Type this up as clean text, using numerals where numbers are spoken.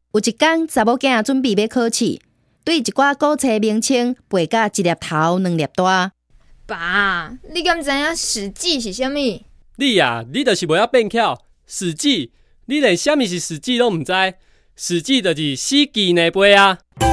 有一天，查某囝准备要考试，对一寡古册名称背甲一粒头两粒大。 爸，你敢知影《史记》是啥物？ 你啊，你就是袂晓变巧。《史记》，你连啥物是《史记》都毋知，《史记》就是《史记》呢杯啊。